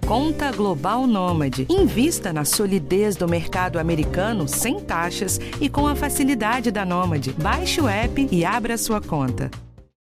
Conta Global Nômade. Invista na solidez do mercado americano sem taxas e com a facilidade da Nômade. Baixe o app e abra sua conta.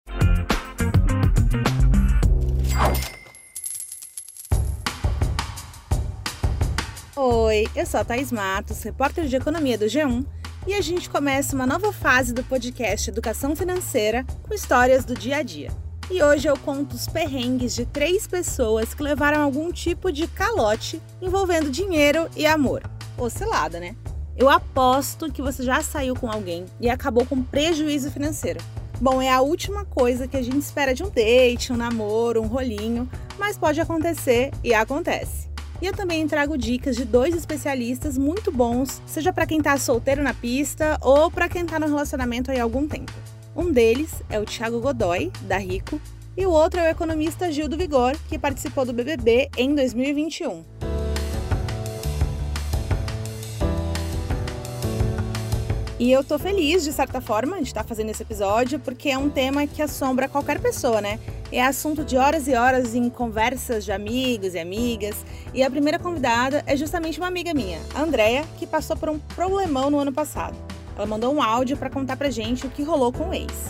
Oi, eu sou a Thaís Matos, repórter de economia do G1, e a gente começa uma nova fase do podcast Educação Financeira com histórias do dia a dia. E hoje eu conto os perrengues de 3 pessoas que levaram algum tipo de calote envolvendo dinheiro e amor. Ou selada, né? Eu aposto que você já saiu com alguém e acabou com prejuízo financeiro. Bom, é a última coisa que a gente espera de um date, um namoro, um rolinho, mas pode acontecer e acontece. E eu também trago dicas de 2 especialistas muito bons, seja para quem tá solteiro na pista ou para quem tá no relacionamento há algum tempo. Um deles é o Thiago Godoy, da Rico, e o outro é o economista Gil do Vigor, que participou do BBB em 2021. E eu tô feliz, de certa forma, de estar fazendo esse episódio, porque é um tema que assombra qualquer pessoa, né? É assunto de horas e horas em conversas de amigos e amigas. E a primeira convidada é justamente uma amiga minha, a Andrea, que passou por um problemão no ano passado. Ela mandou um áudio para contar pra gente o que rolou com o ex.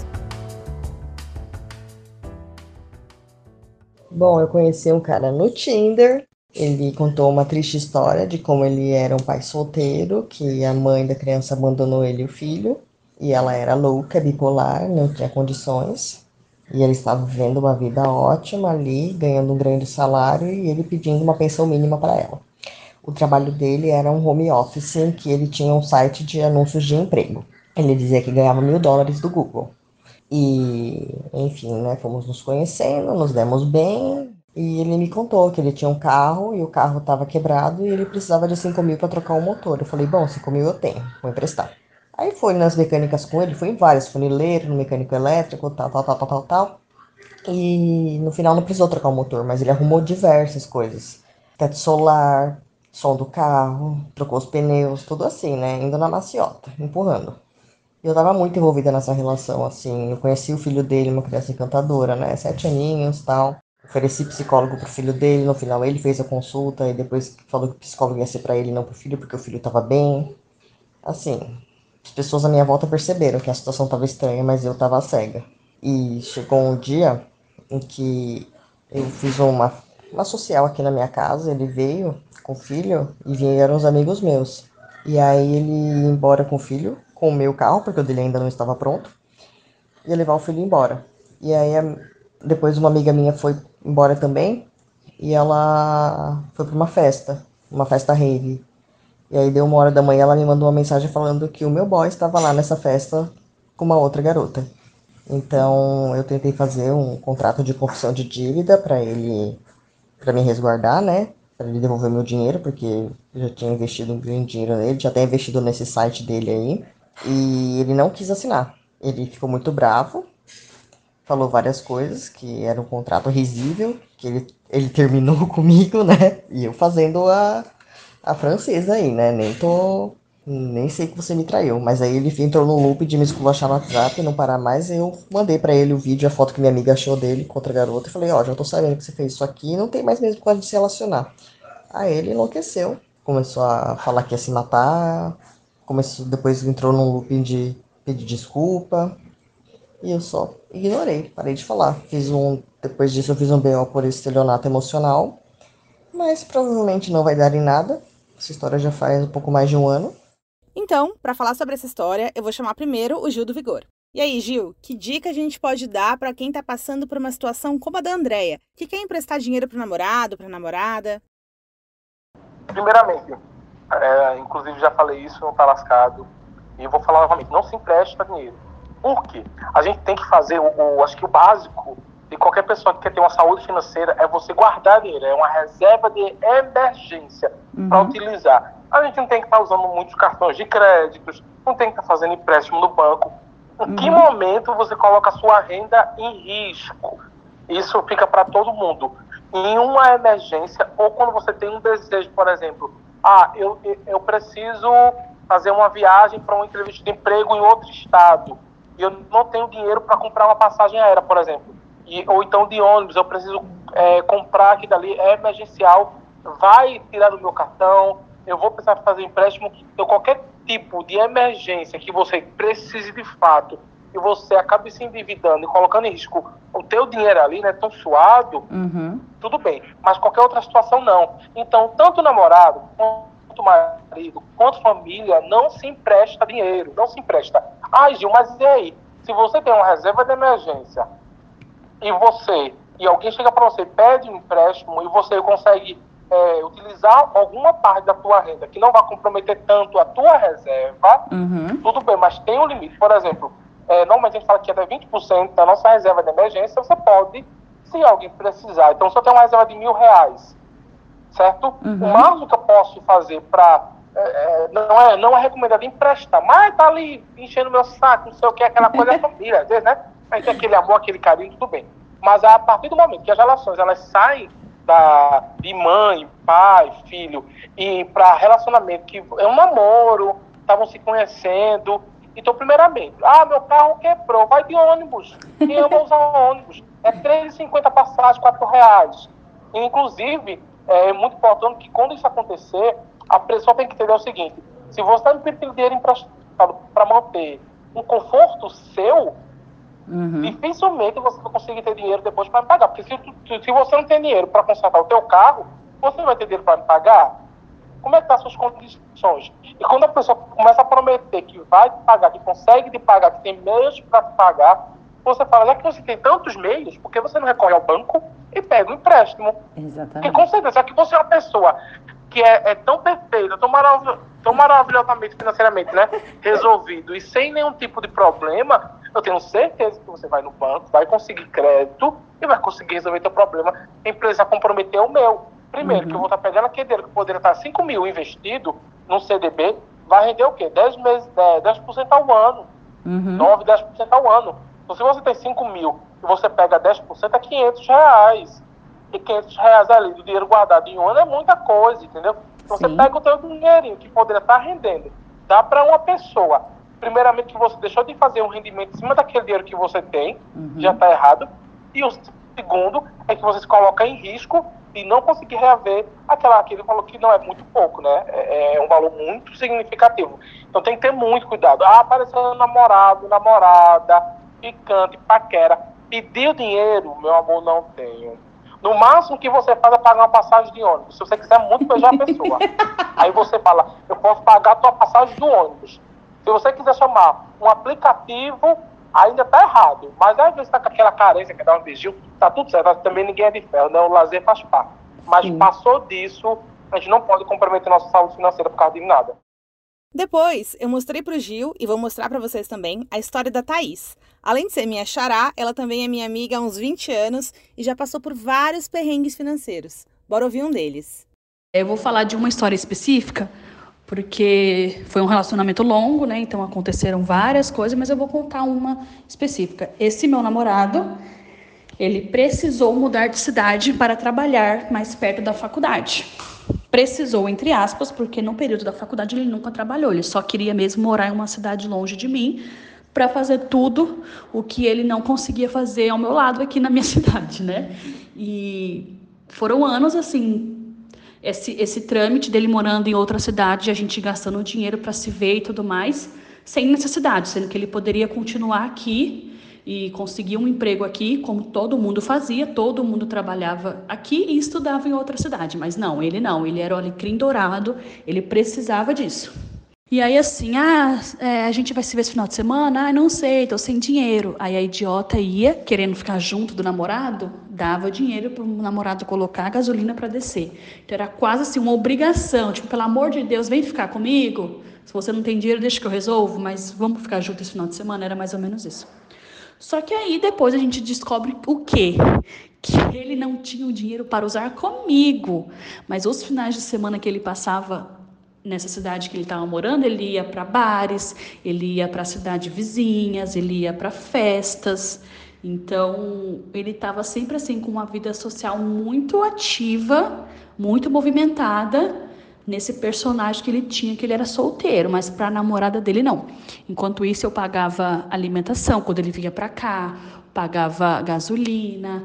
Bom, eu conheci um cara no Tinder. Ele contou uma triste história de como ele era um pai solteiro, que a mãe da criança abandonou ele e o filho, e ela era louca, bipolar, não tinha condições, e ele estava vivendo uma vida ótima ali, ganhando um grande salário, e ele pedindo uma pensão mínima para ela. O trabalho dele era um home office, em que ele tinha um site de anúncios de emprego. Ele dizia que ganhava $1.000 do Google. E, enfim, né, fomos nos conhecendo, nos demos bem. E ele me contou que ele tinha um carro e o carro estava quebrado e ele precisava de 5 mil para trocar o motor. Eu falei, bom, 5 mil eu tenho, vou emprestar. Aí foi nas mecânicas com ele, foi em várias, funileiro, no mecânico elétrico, tal. E no final não precisou trocar o motor, mas ele arrumou diversas coisas. Teto solar, som do carro, trocou os pneus, tudo assim, né? Indo na maciota, empurrando. Eu tava muito envolvida nessa relação, assim. Eu conheci o filho dele, uma criança encantadora, né? 7 aninhos, tal. Ofereci psicólogo pro filho dele, no final ele fez a consulta e depois falou que o psicólogo ia ser pra ele, não pro filho, porque o filho tava bem. Assim, as pessoas à minha volta perceberam que a situação tava estranha, mas eu tava cega. E chegou um dia em que eu fiz uma social aqui na minha casa, ele veio com o filho e vieram os amigos meus. E aí ele ia embora com o filho, com o meu carro, porque o dele ainda não estava pronto, ia levar o filho embora. E aí depois uma amiga minha foi embora também, e ela foi para uma festa rave. E aí deu 1 hora da manhã, ela me mandou uma mensagem falando que o meu boy estava lá nessa festa com uma outra garota. Então eu tentei fazer um contrato de confissão de dívida para ele, para me resguardar, né? Para ele devolver meu dinheiro, porque eu já tinha investido um grande dinheiro nele, já tinha investido nesse site dele aí. E ele não quis assinar. Ele ficou muito bravo, falou várias coisas, que era um contrato risível, que ele terminou comigo, né? E eu fazendo a francesa aí, né? Nem sei que você me traiu. Mas aí ele entrou no loop de me esculachar no WhatsApp e não parar mais. Eu mandei pra ele o vídeo, a foto que minha amiga achou dele contra a garota. E falei, ó, já tô sabendo que você fez isso aqui e não tem mais mesmo como a gente se relacionar. Aí ele enlouqueceu. Começou a falar que ia se matar. Depois entrou num loop de pedir desculpa. E eu só ignorei, parei de falar. Depois disso eu fiz um BO por estelionato emocional, mas provavelmente não vai dar em nada. Essa história já faz um pouco mais de 1 ano. Então, para falar sobre essa história, eu vou chamar primeiro o Gil do Vigor. E aí, Gil, que dica a gente pode dar para quem tá passando por uma situação como a da Andrea, que quer emprestar dinheiro pro namorado, pra namorada? Primeiramente, inclusive já falei isso, não tá lascado, e eu vou falar novamente, não se empresta dinheiro. Por quê? A gente tem que fazer, acho que o básico de qualquer pessoa que quer ter uma saúde financeira é você guardar dinheiro, é uma reserva de emergência para utilizar. A gente não tem que estar usando muitos cartões de créditos, não tem que estar fazendo empréstimo no banco. Em que momento você coloca a sua renda em risco? Isso fica para todo mundo. Em uma emergência, ou quando você tem um desejo, por exemplo, eu preciso fazer uma viagem para uma entrevista de emprego em outro estado, e eu não tenho dinheiro para comprar uma passagem aérea, por exemplo, ou então de ônibus, eu preciso comprar aqui dali, é emergencial, vai tirar do meu cartão, eu vou precisar fazer empréstimo. Então, qualquer tipo de emergência que você precise de fato, e você acabe se endividando e colocando em risco o teu dinheiro ali, né, tão suado, tudo bem. Mas qualquer outra situação, não. Então, tanto o namorado, quanto o marido, quanto família, não se empresta dinheiro, não se empresta. Ah, Gil, mas e aí? Se você tem uma reserva de emergência e alguém chega para você e pede um empréstimo e você consegue utilizar alguma parte da tua renda que não vai comprometer tanto a tua reserva, tudo bem, mas tem um limite. Por exemplo, normalmente a gente fala que até 20% da nossa reserva de emergência você pode, se alguém precisar. Então, se eu tenho uma reserva de R$1.000, certo? O máximo que eu posso fazer para... não é recomendado emprestar, mas tá ali enchendo meu saco, não sei o que, aquela coisa da família, às vezes, né? Aí tem aquele amor, aquele carinho, tudo bem. Mas a partir do momento que as relações elas saem de mãe, pai, filho, e para relacionamento que é um namoro, estavam se conhecendo. Então, primeiramente, meu carro quebrou, vai de ônibus. Quem ama usar ônibus? É R$3,50 passagem, R$4. Inclusive, é muito importante que quando isso acontecer, a pessoa tem que entender o seguinte: se você está pedindo dinheiro emprestado para manter um conforto seu, dificilmente você vai conseguir ter dinheiro depois para me pagar. Porque se você não tem dinheiro para consertar o teu carro, você vai ter dinheiro para me pagar? Como é que estão as suas condições? E quando a pessoa começa a prometer que vai te pagar, que consegue te pagar, que tem meios para te pagar, você fala, já que você tem tantos meios, por que você não recorre ao banco e pega um empréstimo? Exatamente. Porque com certeza, já que você é uma pessoa que é tão perfeita, tão maravilhosamente financeiramente, né, resolvido e sem nenhum tipo de problema, eu tenho certeza que você vai no banco, vai conseguir crédito e vai conseguir resolver teu problema. A empresa comprometer o meu. Primeiro, que eu vou estar pegando aquele dinheiro que poderia estar 5 mil investido num CDB, vai render o quê? 10% ao ano. 9, 10% ao ano. Então, se você tem 5 mil e você pega 10%, é R$500. E R$500 ali do dinheiro guardado em um ano é muita coisa, entendeu? Então, você pega o teu dinheirinho que poderia estar rendendo, dá para uma pessoa. Primeiramente, que você deixou de fazer um rendimento em cima daquele dinheiro que você tem, já está errado. E o segundo é que você se coloca em risco e não conseguir reaver aquele valor que não é muito pouco, né? É um valor muito significativo. Então tem que ter muito cuidado. Apareceu namorado, namorada, picante, paquera. Pedir o dinheiro, meu amor, não tenho. No máximo que você faz é pagar uma passagem de ônibus. Se você quiser muito beijar a pessoa. Aí você fala, eu posso pagar a tua passagem do ônibus. Se você quiser chamar um aplicativo, ainda está errado. Mas às vezes está com aquela carência, quer dar um vigil, tá tudo certo. Também ninguém é de ferro, né? O lazer faz parte. Mas passou disso, a gente não pode comprometer nossa saúde financeira por causa de nada. Depois, eu mostrei pro Gil, e vou mostrar para vocês também, a história da Thaís. Além de ser minha xará, ela também é minha amiga há uns 20 anos e já passou por vários perrengues financeiros. Bora ouvir um deles. Eu vou falar de uma história específica, porque foi um relacionamento longo, né? Então aconteceram várias coisas, mas eu vou contar uma específica. Esse meu namorado, ele precisou mudar de cidade para trabalhar mais perto da faculdade. Precisou, entre aspas, porque no período da faculdade ele nunca trabalhou. Ele só queria mesmo morar em uma cidade longe de mim para fazer tudo o que ele não conseguia fazer ao meu lado aqui na minha cidade, né? E foram anos assim, esse trâmite dele morando em outra cidade, a gente gastando dinheiro para se ver e tudo mais, sem necessidade, sendo que ele poderia continuar aqui e conseguir um emprego aqui, como todo mundo fazia, todo mundo trabalhava aqui e estudava em outra cidade. Mas não, ele era o alecrim dourado, ele precisava disso. E aí assim, a gente vai se ver esse final de semana? Não sei, tô sem dinheiro. Aí a idiota ia, querendo ficar junto do namorado, dava dinheiro pro namorado colocar a gasolina para descer. Então era quase assim uma obrigação, tipo, pelo amor de Deus, vem ficar comigo. Se você não tem dinheiro, deixa que eu resolvo, mas vamos ficar junto esse final de semana, era mais ou menos isso. Só que aí depois a gente descobre o quê? Que ele não tinha o dinheiro para usar comigo. Mas os finais de semana que ele passava nessa cidade que ele estava morando, ele ia para bares, ele ia para cidades vizinhas, ele ia para festas. Então, ele estava sempre assim com uma vida social muito ativa, muito movimentada, nesse personagem que ele tinha, que ele era solteiro, mas para a namorada dele não. Enquanto isso, eu pagava alimentação quando ele vinha para cá, pagava gasolina,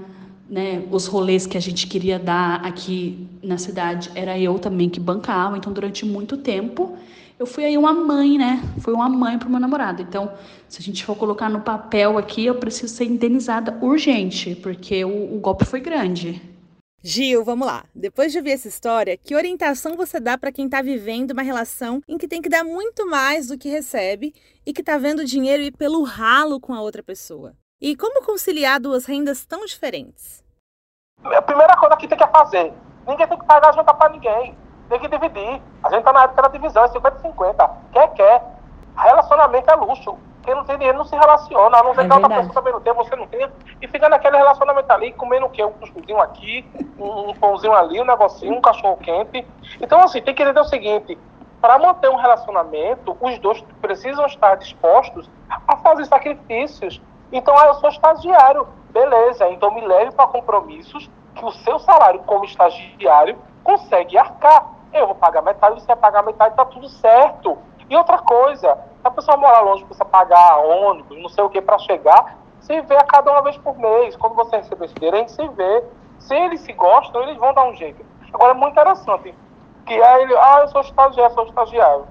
né, os rolês que a gente queria dar aqui na cidade, era eu também que bancava. Então, durante muito tempo, eu fui aí uma mãe, né? Fui uma mãe para o meu namorado. Então, se a gente for colocar no papel aqui, eu preciso ser indenizada urgente, porque o golpe foi grande. Gil, vamos lá. Depois de ouvir essa história, que orientação você dá para quem está vivendo uma relação em que tem que dar muito mais do que recebe e que está vendo o dinheiro ir pelo ralo com a outra pessoa? E como conciliar duas rendas tão diferentes? A primeira coisa que tem que fazer, ninguém tem que pagar a janta para ninguém. Tem que dividir. A gente tá na época da divisão, é 50-50. Quer. Relacionamento é luxo. Quem não tem dinheiro não se relaciona. A não ser que a outra pessoa também não tem, você não tem. E fica naquele relacionamento ali, comendo o quê? Um cuscuzinho aqui, um pãozinho ali, um negocinho, um cachorro quente. Então, assim, tem que entender o seguinte. Para manter um relacionamento, os dois precisam estar dispostos a fazer sacrifícios. Então, eu sou estagiário. Beleza, então me leve para compromissos que o seu salário como estagiário consegue arcar. Eu vou pagar metade, você vai pagar metade, tá tudo certo. E outra coisa, se a pessoa mora longe, precisa pagar ônibus, não sei o que, para chegar, se vê a cada uma vez por mês. Quando você receber esse dinheiro, a gente se vê. Se eles se gostam, eles vão dar um jeito. Agora, é muito interessante, que aí ele, eu sou estagiário.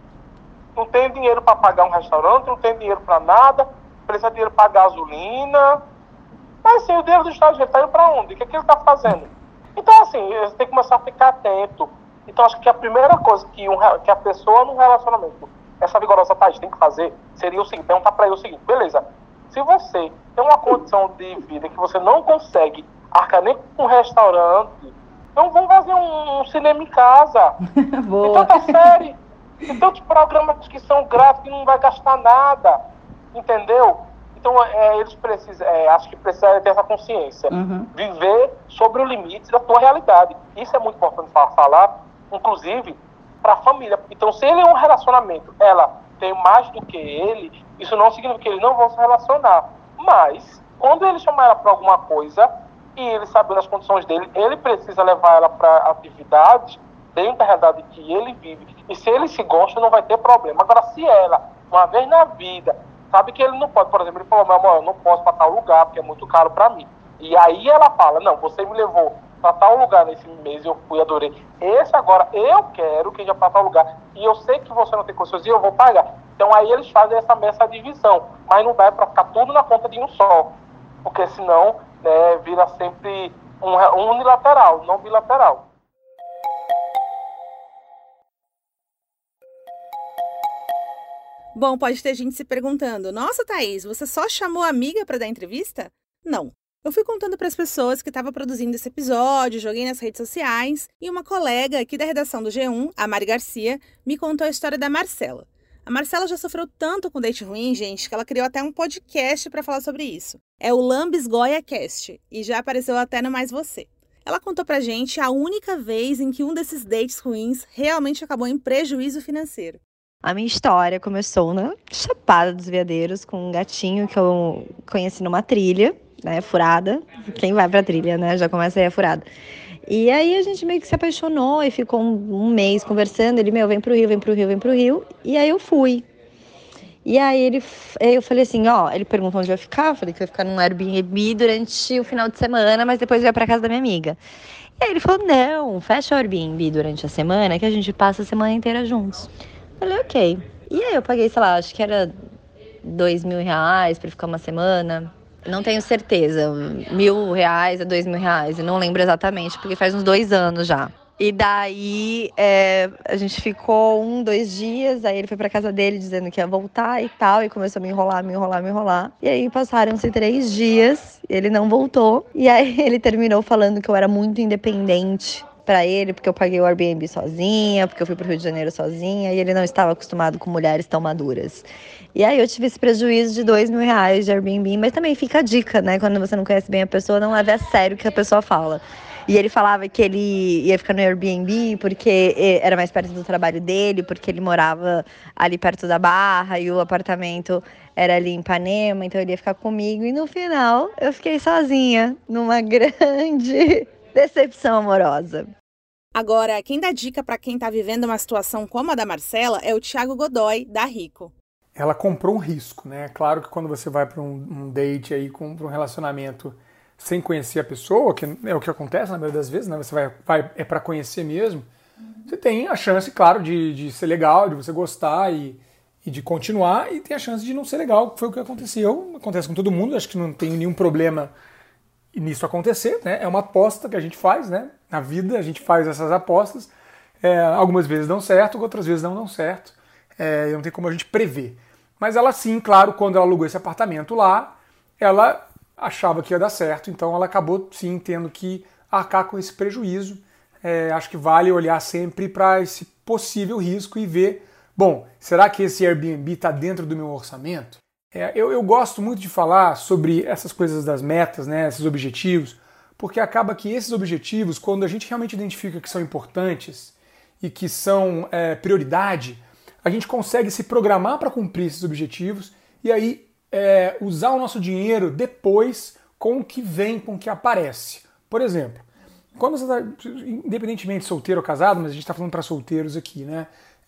Não tem dinheiro para pagar um restaurante, não tem dinheiro para nada, precisa de dinheiro para gasolina. Mas sim, o dinheiro do estagiário está indo para onde? O que ele está fazendo? Então, assim, você tem que começar a ficar atento. Então, acho que a primeira coisa que a pessoa no relacionamento, essa vigorosa Thaís, tem que fazer, seria o seguinte, perguntar para ele o seguinte, beleza, se você tem uma condição de vida que você não consegue arcar nem com um restaurante, então vamos fazer um cinema em casa. Boa. Então, tá série. Tem tantos programas que são grátis que não vai gastar nada. Entendeu? Então, eles precisam, acho que precisa ter essa consciência. Viver sobre o limite da tua realidade. Isso é muito importante falar, inclusive, para a família. Então, se ele é um relacionamento, ela tem mais do que ele, isso não significa que eles não vão se relacionar. Mas, quando ele chamar ela para alguma coisa, e ele sabendo as condições dele, ele precisa levar ela para atividades dentro da realidade que ele vive. E se ele se gosta, não vai ter problema. Agora, se ela, uma vez na vida, sabe que ele não pode, por exemplo, ele falou, meu amor, eu não posso para tal lugar, porque é muito caro para mim. E aí ela fala, não, você me levou para tal lugar nesse mês, eu fui, adorei. Esse agora, eu quero que a gente vá para tal lugar. E eu sei que você não tem condições e eu vou pagar. Então aí eles fazem essa divisão. Mas não dá para ficar tudo na conta de um só. Porque senão, né, vira sempre unilateral, não bilateral. Bom, pode ter gente se perguntando, nossa, Thaís, você só chamou a amiga para dar entrevista? Não. Eu fui contando para as pessoas que estava produzindo esse episódio, joguei nas redes sociais, e uma colega aqui da redação do G1, a Mari Garcia, me contou a história da Marcela. A Marcela já sofreu tanto com date ruim, gente, que ela criou até um podcast para falar sobre isso. É o Lambis Goia Cast, e já apareceu até no Mais Você. Ela contou pra gente a única vez em que um desses dates ruins realmente acabou em prejuízo financeiro. A minha história começou na Chapada dos Veadeiros, com um gatinho que eu conheci numa trilha, né, furada. Quem vai pra trilha, né, já começa aí a furada. E aí a gente meio que se apaixonou e ficou um mês conversando. Ele, vem pro Rio. E aí eu fui. E aí eu falei assim, ele perguntou onde eu ia ficar. Eu falei que eu ia ficar num Airbnb durante o final de semana, mas depois eu ia pra casa da minha amiga. E aí ele falou, não, fecha o Airbnb durante a semana que a gente passa a semana inteira juntos. Eu falei, ok. E aí eu paguei, sei lá, acho que era R$2.000 pra ficar uma semana. Não tenho certeza, R$1.000 a R$2.000, eu não lembro exatamente, porque faz uns 2 anos já. E daí a gente ficou 2 dias, aí ele foi pra casa dele dizendo que ia voltar e tal, e começou a me enrolar. E aí passaram-se 3 dias, ele não voltou, e aí ele terminou falando que eu era muito independente pra ele, porque eu paguei o Airbnb sozinha, porque eu fui pro Rio de Janeiro sozinha, e ele não estava acostumado com mulheres tão maduras. E aí eu tive esse prejuízo de R$2.000 de Airbnb, mas também fica a dica, né? Quando você não conhece bem a pessoa, não leve a sério o que a pessoa fala. E ele falava que ele ia ficar no Airbnb porque era mais perto do trabalho dele, porque ele morava ali perto da Barra e o apartamento era ali em Ipanema, então ele ia ficar comigo. E no final, eu fiquei sozinha, numa grande decepção amorosa. Agora, quem dá dica para quem está vivendo uma situação como a da Marcela é o Thiago Godoy, da Rico. Ela comprou um risco, né? Claro que quando você vai para um date aí, para um relacionamento sem conhecer a pessoa, que é o que acontece na maioria das vezes, né? Você vai é para conhecer mesmo, você tem a chance, claro, de ser legal, de você gostar e de continuar, e tem a chance de não ser legal, que foi o que aconteceu. Acontece com todo mundo, acho que não tem nenhum problema nisso acontecer, né? É uma aposta que a gente faz, né? Na vida a gente faz essas apostas, algumas vezes dão certo, outras vezes não dão certo, e não tem como a gente prever. Mas ela sim, claro, quando ela alugou esse apartamento lá, ela achava que ia dar certo, então ela acabou sim tendo que arcar com esse prejuízo. Acho que vale olhar sempre para esse possível risco e ver, bom, será que esse Airbnb está dentro do meu orçamento? Eu gosto muito de falar sobre essas coisas das metas, né, esses objetivos, porque acaba que esses objetivos, quando a gente realmente identifica que são importantes e que são prioridade, a gente consegue se programar para cumprir esses objetivos e aí usar o nosso dinheiro depois com o que vem, com o que aparece. Por exemplo, quando você está, independentemente de solteiro ou casado, mas a gente está falando para solteiros aqui, né?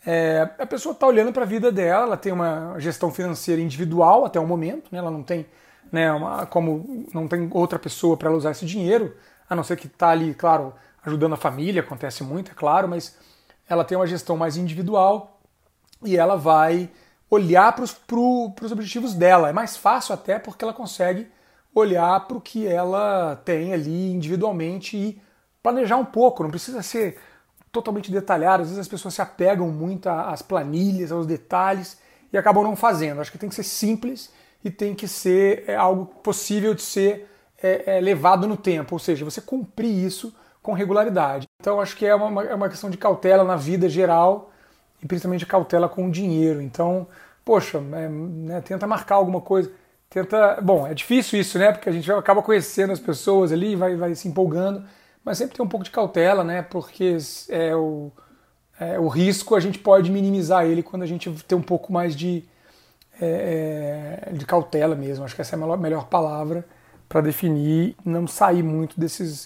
A pessoa está olhando para a vida dela, ela tem uma gestão financeira individual até o momento, né? Ela não tem, né, como não tem outra pessoa para ela usar esse dinheiro, a não ser que está ali, claro, ajudando a família, acontece muito, é claro, mas ela tem uma gestão mais individual e ela vai olhar para os objetivos dela. É mais fácil até porque ela consegue olhar para o que ela tem ali individualmente e planejar um pouco, não precisa ser totalmente detalhado. Às vezes as pessoas se apegam muito às planilhas, aos detalhes e acabam não fazendo. Acho que tem que ser simples e tem que ser algo possível de ser levado no tempo, ou seja, você cumprir isso com regularidade. Então acho que é uma questão de cautela na vida geral e principalmente cautela com o dinheiro. Então, poxa, tenta marcar alguma coisa. Bom, é difícil isso, né? Porque a gente acaba conhecendo as pessoas ali e vai se empolgando, mas sempre tem um pouco de cautela, né? Porque o risco a gente pode minimizar ele quando a gente tem um pouco mais de cautela mesmo. Acho que essa é a melhor palavra para definir, não sair muito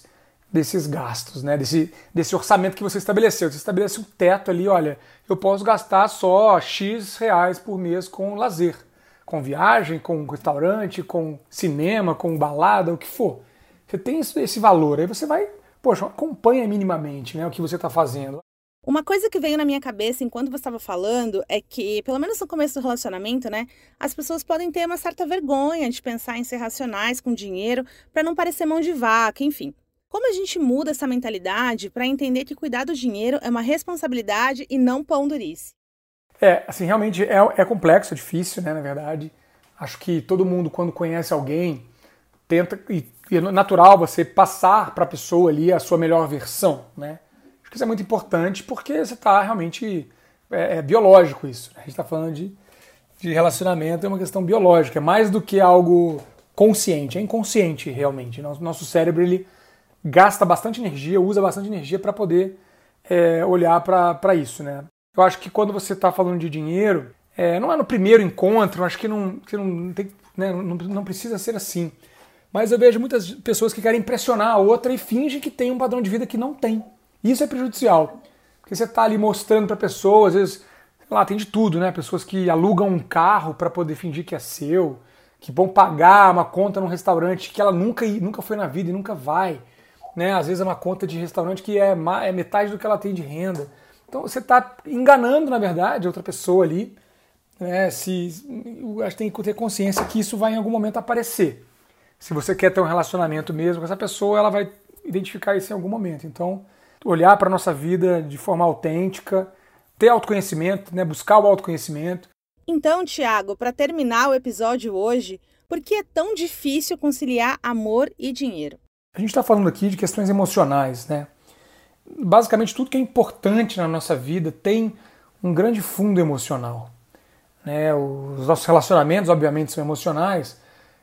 desses gastos, né? Desse orçamento que você estabeleceu. Você estabelece um teto ali, olha, eu posso gastar só X reais por mês com lazer, com viagem, com restaurante, com cinema, com balada, o que for. Você tem esse valor, aí você vai, poxa, acompanha minimamente, né, o que você está fazendo. Uma coisa que veio na minha cabeça enquanto você estava falando é que, pelo menos no começo do relacionamento, né, as pessoas podem ter uma certa vergonha de pensar em ser racionais com dinheiro para não parecer mão de vaca, enfim. Como a gente muda essa mentalidade para entender que cuidar do dinheiro é uma responsabilidade e não pão durice? Assim, realmente é complexo, é difícil, né, na verdade. Acho que todo mundo, quando conhece alguém, tenta, e é natural você passar para a pessoa ali a sua melhor versão, né? Acho que isso é muito importante porque você está realmente, biológico isso, né? A gente está falando de relacionamento, é uma questão biológica, é mais do que algo consciente, é inconsciente realmente. Nosso cérebro, ele gasta bastante energia, usa bastante energia para poder olhar para isso, né? Eu acho que quando você está falando de dinheiro, não é no primeiro encontro, acho que não tem, né, não precisa ser assim. Mas eu vejo muitas pessoas que querem impressionar a outra e fingem que tem um padrão de vida que não tem. Isso é prejudicial. Porque você está ali mostrando para a pessoa, às vezes, sei lá, tem de tudo, né? Pessoas que alugam um carro para poder fingir que é seu, que vão pagar uma conta num restaurante que ela nunca foi na vida e nunca vai. Né? Às vezes é uma conta de restaurante que é metade do que ela tem de renda. Então você está enganando, na verdade, outra pessoa ali. Né? Acho que tem que ter consciência que isso vai em algum momento aparecer. Se você quer ter um relacionamento mesmo com essa pessoa, ela vai identificar isso em algum momento. Então, olhar para a nossa vida de forma autêntica, ter autoconhecimento, né? Buscar o autoconhecimento. Então, Thiago, para terminar o episódio hoje, por que é tão difícil conciliar amor e dinheiro? A gente está falando aqui de questões emocionais, né? Basicamente, tudo que é importante na nossa vida tem um grande fundo emocional. Né? Os nossos relacionamentos, obviamente, são emocionais,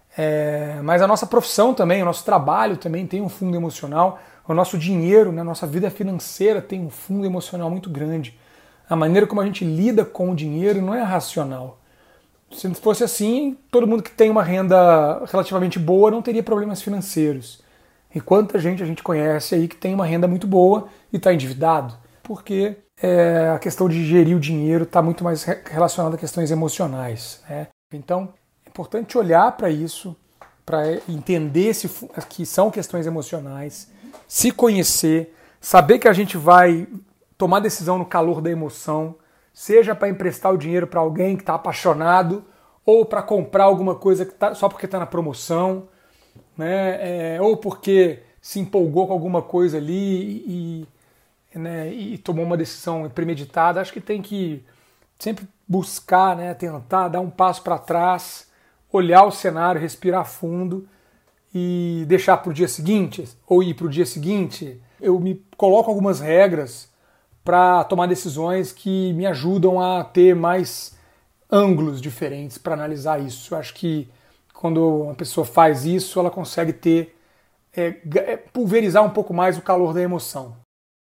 mas a nossa profissão também, o nosso trabalho também tem um fundo emocional, o nosso dinheiro, né? A nossa vida financeira tem um fundo emocional muito grande. A maneira como a gente lida com o dinheiro não é racional. Se fosse assim, todo mundo que tem uma renda relativamente boa não teria problemas financeiros. E quanta gente a gente conhece aí que tem uma renda muito boa e está endividado? Porque a questão de gerir o dinheiro está muito mais relacionada a questões emocionais. Né? Então, é importante olhar para isso, para entender que são questões emocionais, se conhecer, saber que a gente vai tomar decisão no calor da emoção, seja para emprestar o dinheiro para alguém que está apaixonado ou para comprar alguma coisa só porque está na promoção, né? Ou porque se empolgou com alguma coisa ali e tomou uma decisão premeditada. Acho que tem que sempre buscar, né, tentar dar um passo para trás, olhar o cenário, respirar fundo e deixar para o dia seguinte, ou ir para o dia seguinte. Eu me coloco algumas regras para tomar decisões que me ajudam a ter mais ângulos diferentes para analisar isso. Eu acho que quando uma pessoa faz isso, ela consegue pulverizar um pouco mais o calor da emoção.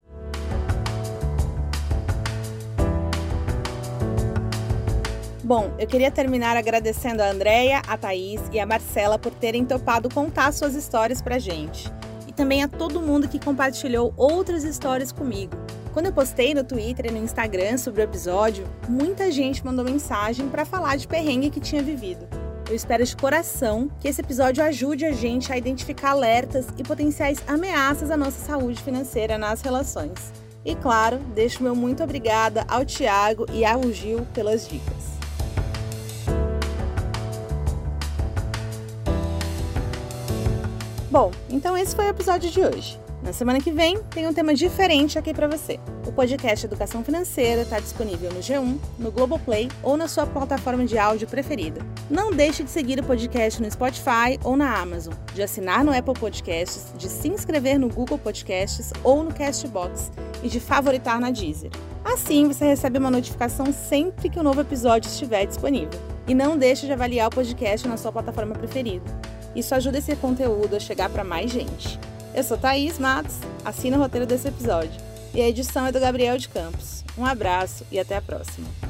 Bom, eu queria terminar agradecendo a Andréia, a Thaís e a Marcela por terem topado contar suas histórias pra gente. E também a todo mundo que compartilhou outras histórias comigo. Quando eu postei no Twitter e no Instagram sobre o episódio, muita gente mandou mensagem para falar de perrengue que tinha vivido. Eu espero de coração que esse episódio ajude a gente a identificar alertas e potenciais ameaças à nossa saúde financeira nas relações. E claro, deixo meu muito obrigada ao Thiago e ao Gil pelas dicas. Bom, então esse foi o episódio de hoje. Na semana que vem, tem um tema diferente aqui para você. O podcast Educação Financeira está disponível no G1, no Globoplay ou na sua plataforma de áudio preferida. Não deixe de seguir o podcast no Spotify ou na Amazon, de assinar no Apple Podcasts, de se inscrever no Google Podcasts ou no Castbox e de favoritar na Deezer. Assim, você recebe uma notificação sempre que um novo episódio estiver disponível. E não deixe de avaliar o podcast na sua plataforma preferida. Isso ajuda esse conteúdo a chegar para mais gente. Eu sou Thaís Matos, assino o roteiro desse episódio. E a edição é do Gabriel de Campos. Um abraço e até a próxima.